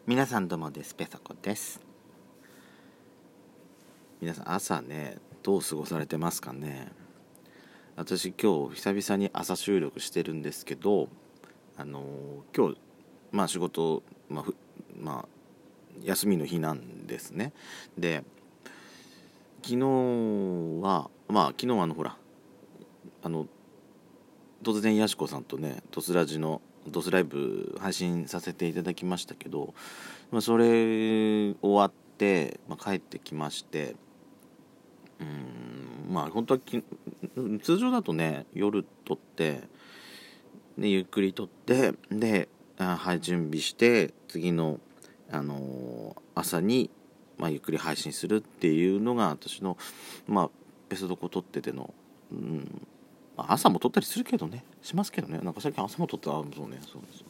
皆さんどうもです。ペソコです。皆さん朝ねどう過ごされてますかね。私今日久々に朝収録してるんですけど、今日仕事、休みの日なんですね。で昨日はほら突然やしこさんとねドスライブ配信させていただきましたけど、それ終わって、帰ってきまして、本当は通常だとね夜撮ってでゆっくり撮ってで準備して次の、朝に、ゆっくり配信するっていうのが私のベストコ撮ってての、朝も撮ったりするけどねしますけどね、なんか最近朝も撮ってそうです、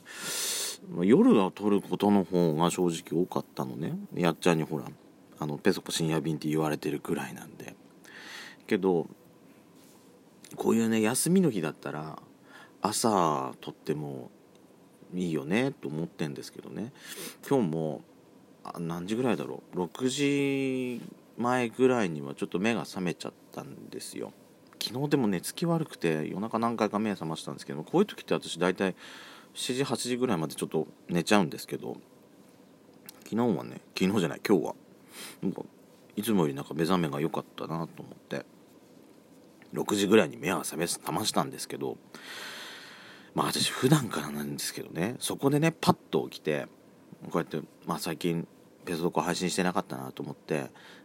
夜は撮ることの方が正直多かったのね。やっちゃんにほらペソコ深夜便って言われてるくらいなんで。けどこういうね休みの日だったら朝撮ってもいいよねと思ってんですけどね。今日も何時ぐらいだろう、6時前ぐらいにはちょっと目が覚めちゃったんですよ。昨日でも寝つき悪くて夜中何回か目覚ましたんですけど、こういう時って私大体7時8時ぐらいまでちょっと寝ちゃうんですけど、昨日じゃない今日はなんかいつもより目覚めが良かったなと思って6時ぐらいに目は覚ましたんですけど、私普段からなんですけどね、そこでねパッと起きてこうやって最近ペソコ配信してなかったなと思って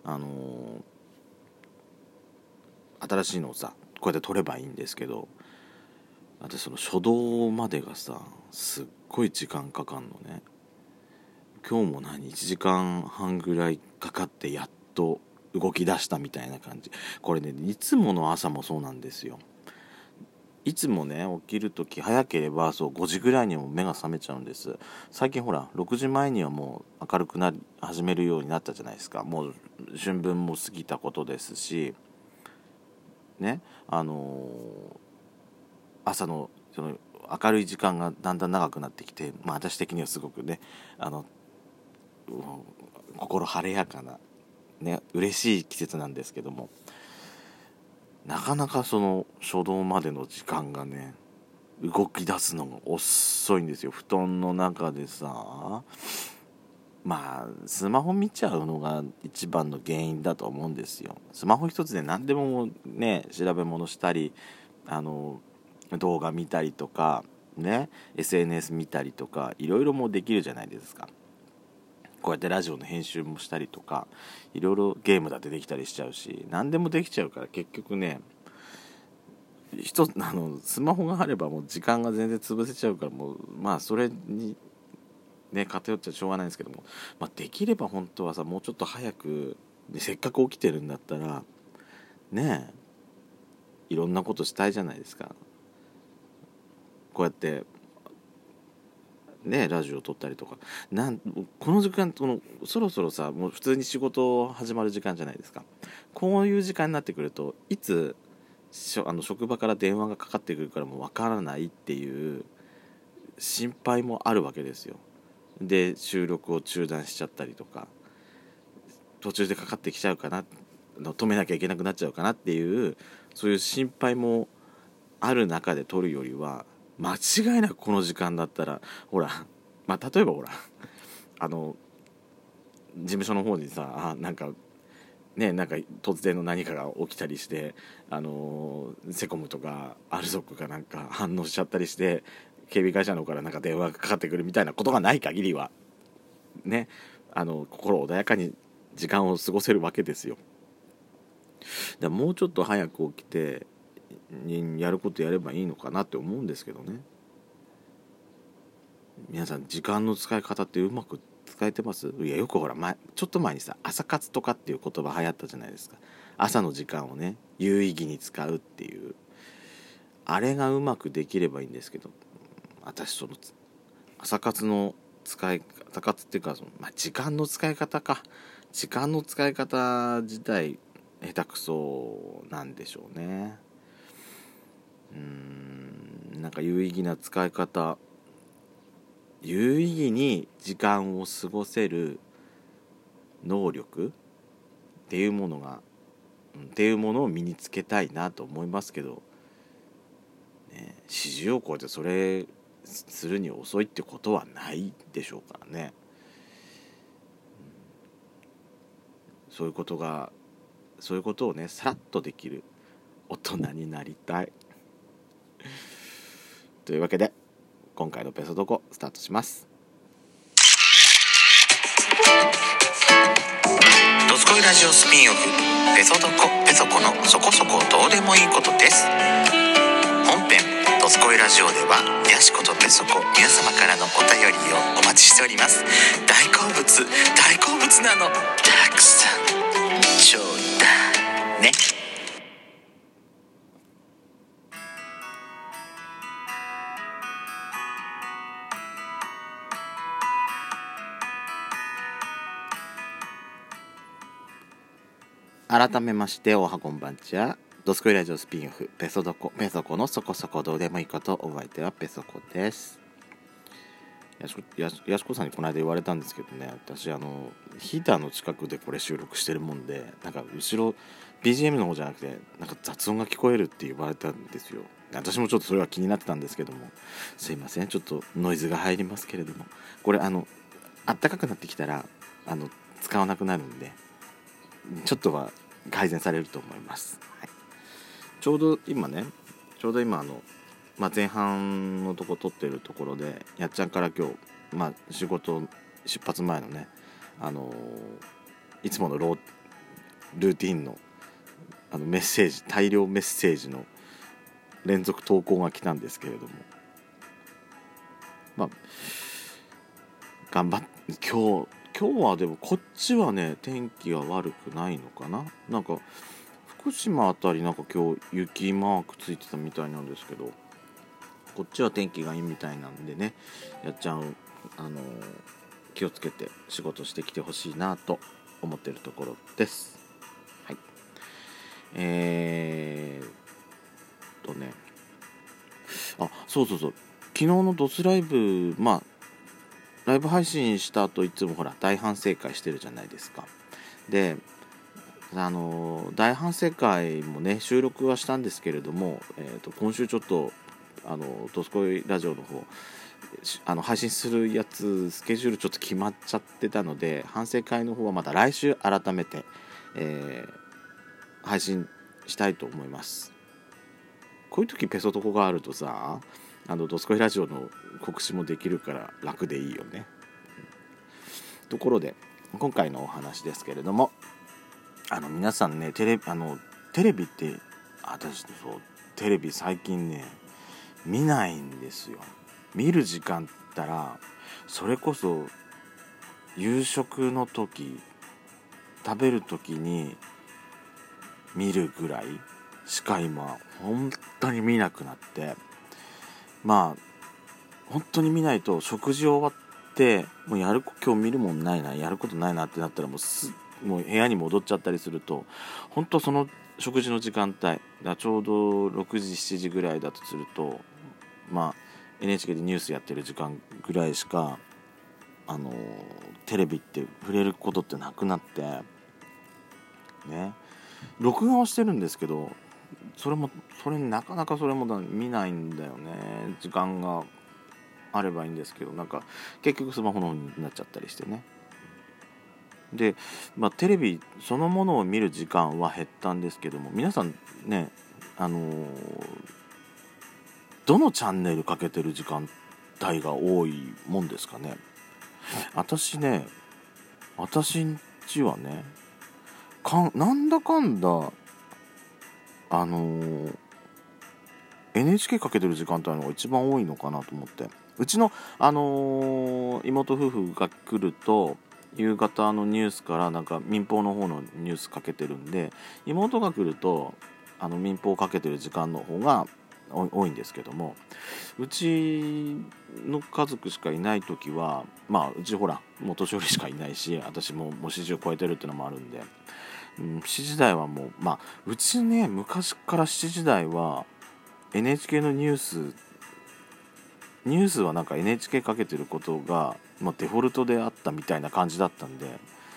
新しいのをさこうやって撮ればいいんですけど、私その初動までがさすっごい時間かかんのね。今日も1時間半ぐらいかかってやっと動き出したみたいな感じ。これねいつもの朝もそうなんですよ。いつもね起きるとき早ければ5時ぐらいにも目が覚めちゃうんです。最近ほら6時前にはもう明るくなり始めるようになったじゃないですか。もう春分も過ぎたことですしね、朝のその明るい時間がだんだん長くなってきて、私的にはすごくね心晴れやかなね嬉しい季節なんですけども、なかなかその初動までの時間がね動き出すのが遅いんですよ。布団の中でさスマホ見ちゃうのが一番の原因だと思うんですよ。スマホ一つで何でもね調べ物したり動画見たりとかね SNS 見たりとかいろいろもできるじゃないですか。こうやってラジオの編集もしたりとかいろいろゲームだってできたりしちゃうし何でもできちゃうから、結局ねスマホがあればもう時間が全然潰せちゃうから、もうそれにね偏っちゃしょうがないんですけども、できれば本当はさもうちょっと早く、せっかく起きてるんだったらねいろんなことしたいじゃないですか。こうやってねラジオ撮ったりとかこの時間そろそろさもう普通に仕事始まる時間じゃないですか。こういう時間になってくるといつ職場から電話がかかってくるからもうわからないっていう心配もあるわけですよ。で収録を中断しちゃったりとか途中でかかってきちゃうかな、止めなきゃいけなくなっちゃうかなっていうそういう心配もある中で撮るよりは間違いなくこの時間だったらほら例えばほら事務所の方にさ突然の何かが起きたりしてセコムとかアルソックが反応しちゃったりして警備会社の方から電話がかかってくるみたいなことがない限りはね心穏やかに時間を過ごせるわけですよ。もうちょっと早く起きてやることやればいいのかなって思うんですけどね。皆さん時間の使い方ってうまく使えてます？いやよくほらちょっと前にさ朝活とかっていう言葉流行ったじゃないですか。朝の時間をね有意義に使うっていう、あれがうまくできればいいんですけど、私その朝活っていうか時間の使い方時間の使い方自体下手くそなんでしょうね。有意義な使い方有意義に時間を過ごせる能力っていうものを身につけたいなと思いますけど、ね、40を超えてそれするに遅いってことはないでしょうからね。そういうことをねさらっとできる大人になりたいというわけで今回のペソドコスタートします。 ドスコイラジオスピンオフペソドコペソコのそこそこどうでもいいことです。本編ドスコイラジオではヤシコとペソコ皆様からのお便りをお待ちしております。大好物なの、たくさんちょうだね。 改めましておはこんばんちは。ドスコイラジオスピンオフペソコのそこそこどうでもいいこと、お相手はペソコです。やしこさんにこの間言われたんですけどね、私ヒーターの近くでこれ収録してるもんで、なんか後ろ BGM の方じゃなくてなんか雑音が聞こえるって言われたんですよ。私もちょっとそれは気になってたんですけども、すいません、ちょっとノイズが入りますけれども、これあったかくなってきたら使わなくなるんでちょっとは改善されると思います。はい、ちょうど今前半のとこ撮ってるところでやっちゃんから今日、仕事出発前のね、いつものルーティンのメッセージ、大量メッセージの連続投稿が来たんですけれども、頑張って今日はでもこっちはね天気が悪くないのかな。なんか福島あたりなんか今日雪マークついてたみたいなんですけど、こっちは天気がいいみたいなんでね、やっちゃん気をつけて仕事してきてほしいなと思ってるところです。はい。そう昨日のドスライブ、ライブ配信した後いつもほら大反省会してるじゃないですか。で大反省会もね収録はしたんですけれども、今週ちょっとドスコイラジオの方配信するやつスケジュールちょっと決まっちゃってたので、反省会の方はまた来週改めて、配信したいと思います。こういう時ペソドコがあるとさ、ドスコイラジオの告知もできるから楽でいいよね。ところで今回のお話ですけれども、皆さんねテレビってテレビ最近ね見ないんですよ。見る時間ったらそれこそ夕食の時食べる時に見るぐらいしか今本当に見なくなって、本当に見ないと食事終わってもう今日見るもんないな、やることないなってなったらもう部屋に戻っちゃったりすると、本当その食事の時間帯ちょうど6時7時ぐらいだとすると、NHK でニュースやってる時間ぐらいしかテレビって触れることってなくなってね、録画はしてるんですけどなかなかそれも見ないんだよね。時間があればいいんですけど、なんか結局スマホの方になっちゃったりしてね。で、テレビそのものを見る時間は減ったんですけども、皆さんねどのチャンネルかけてる時間帯が多いもんですかね。私んちはねなんだかんだNHK かけてる時間帯の方が一番多いのかなと思って、うちの、妹夫婦が来ると夕方のニュースからなんか民放の方のニュースかけてるんで、妹が来ると民放かけてる時間の方が多いんですけども、うちの家族しかいない時はうちほらもう年寄りしかいないし、私もう40を超えてるっていうのもあるんで、7時台はもううちね昔から7時台は NHK のニュースニュースはなんか NHK かけてることが、デフォルトであったみたいな感じだったんで、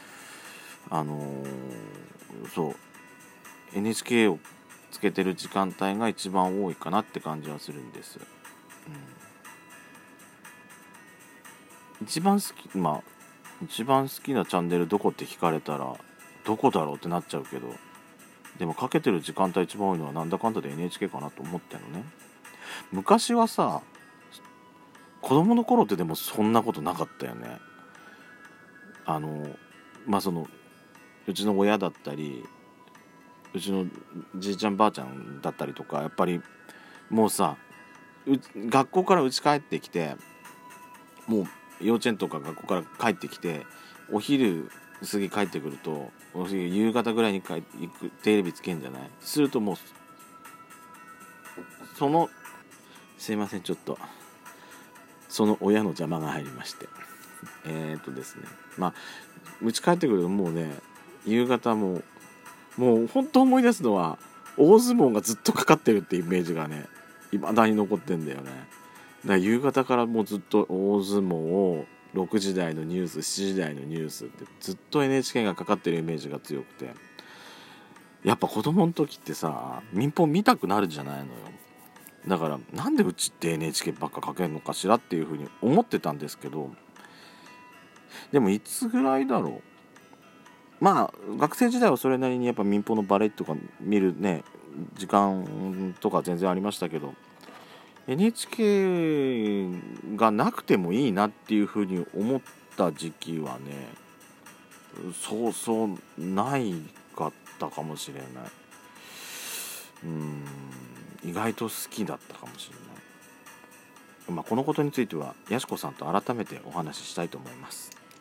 そう NHK をつけてる時間帯が一番多いかなって感じはするんです、一番好きなチャンネルどこって聞かれたらどこだろうってなっちゃうけど、でもかけてる時間帯一番多いのはなんだかんだで NHK かなと思ってんのね。昔はさ、子供の頃ってでもそんなことなかったよね。うちの親だったりうちのじいちゃんばあちゃんだったりとか、やっぱりもうさ、学校から家帰ってきて、もう幼稚園とか学校から帰ってきて、お昼過ぎ帰ってくると、夕方ぐらいに行くテレビつけんじゃない。するともうすいません、ちょっとその親の邪魔が入りまして、ですね、家帰ってくるともうね、夕方もう本当思い出すのは大相撲がずっとかかってるっていうイメージがね、未だに残ってんだよね。だから夕方からもうずっと大相撲を6時台のニュース、7時台のニュースってずっと NHK がかかってるイメージが強くて、やっぱ子供の時ってさ、民放見たくなるじゃないのよ。だからなんでうちって NHK ばっかかけるのかしらっていうふうに思ってたんですけど、でもいつぐらいだろう。学生時代はそれなりにやっぱ民放のバレエとか見るね時間とか全然ありましたけど、 NHK がなくてもいいなっていうふうに思った時期はね、そうそうないかったかもしれない。意外と好きだったかもしれない。このことについてはやしこさんと改めてお話ししたいと思います。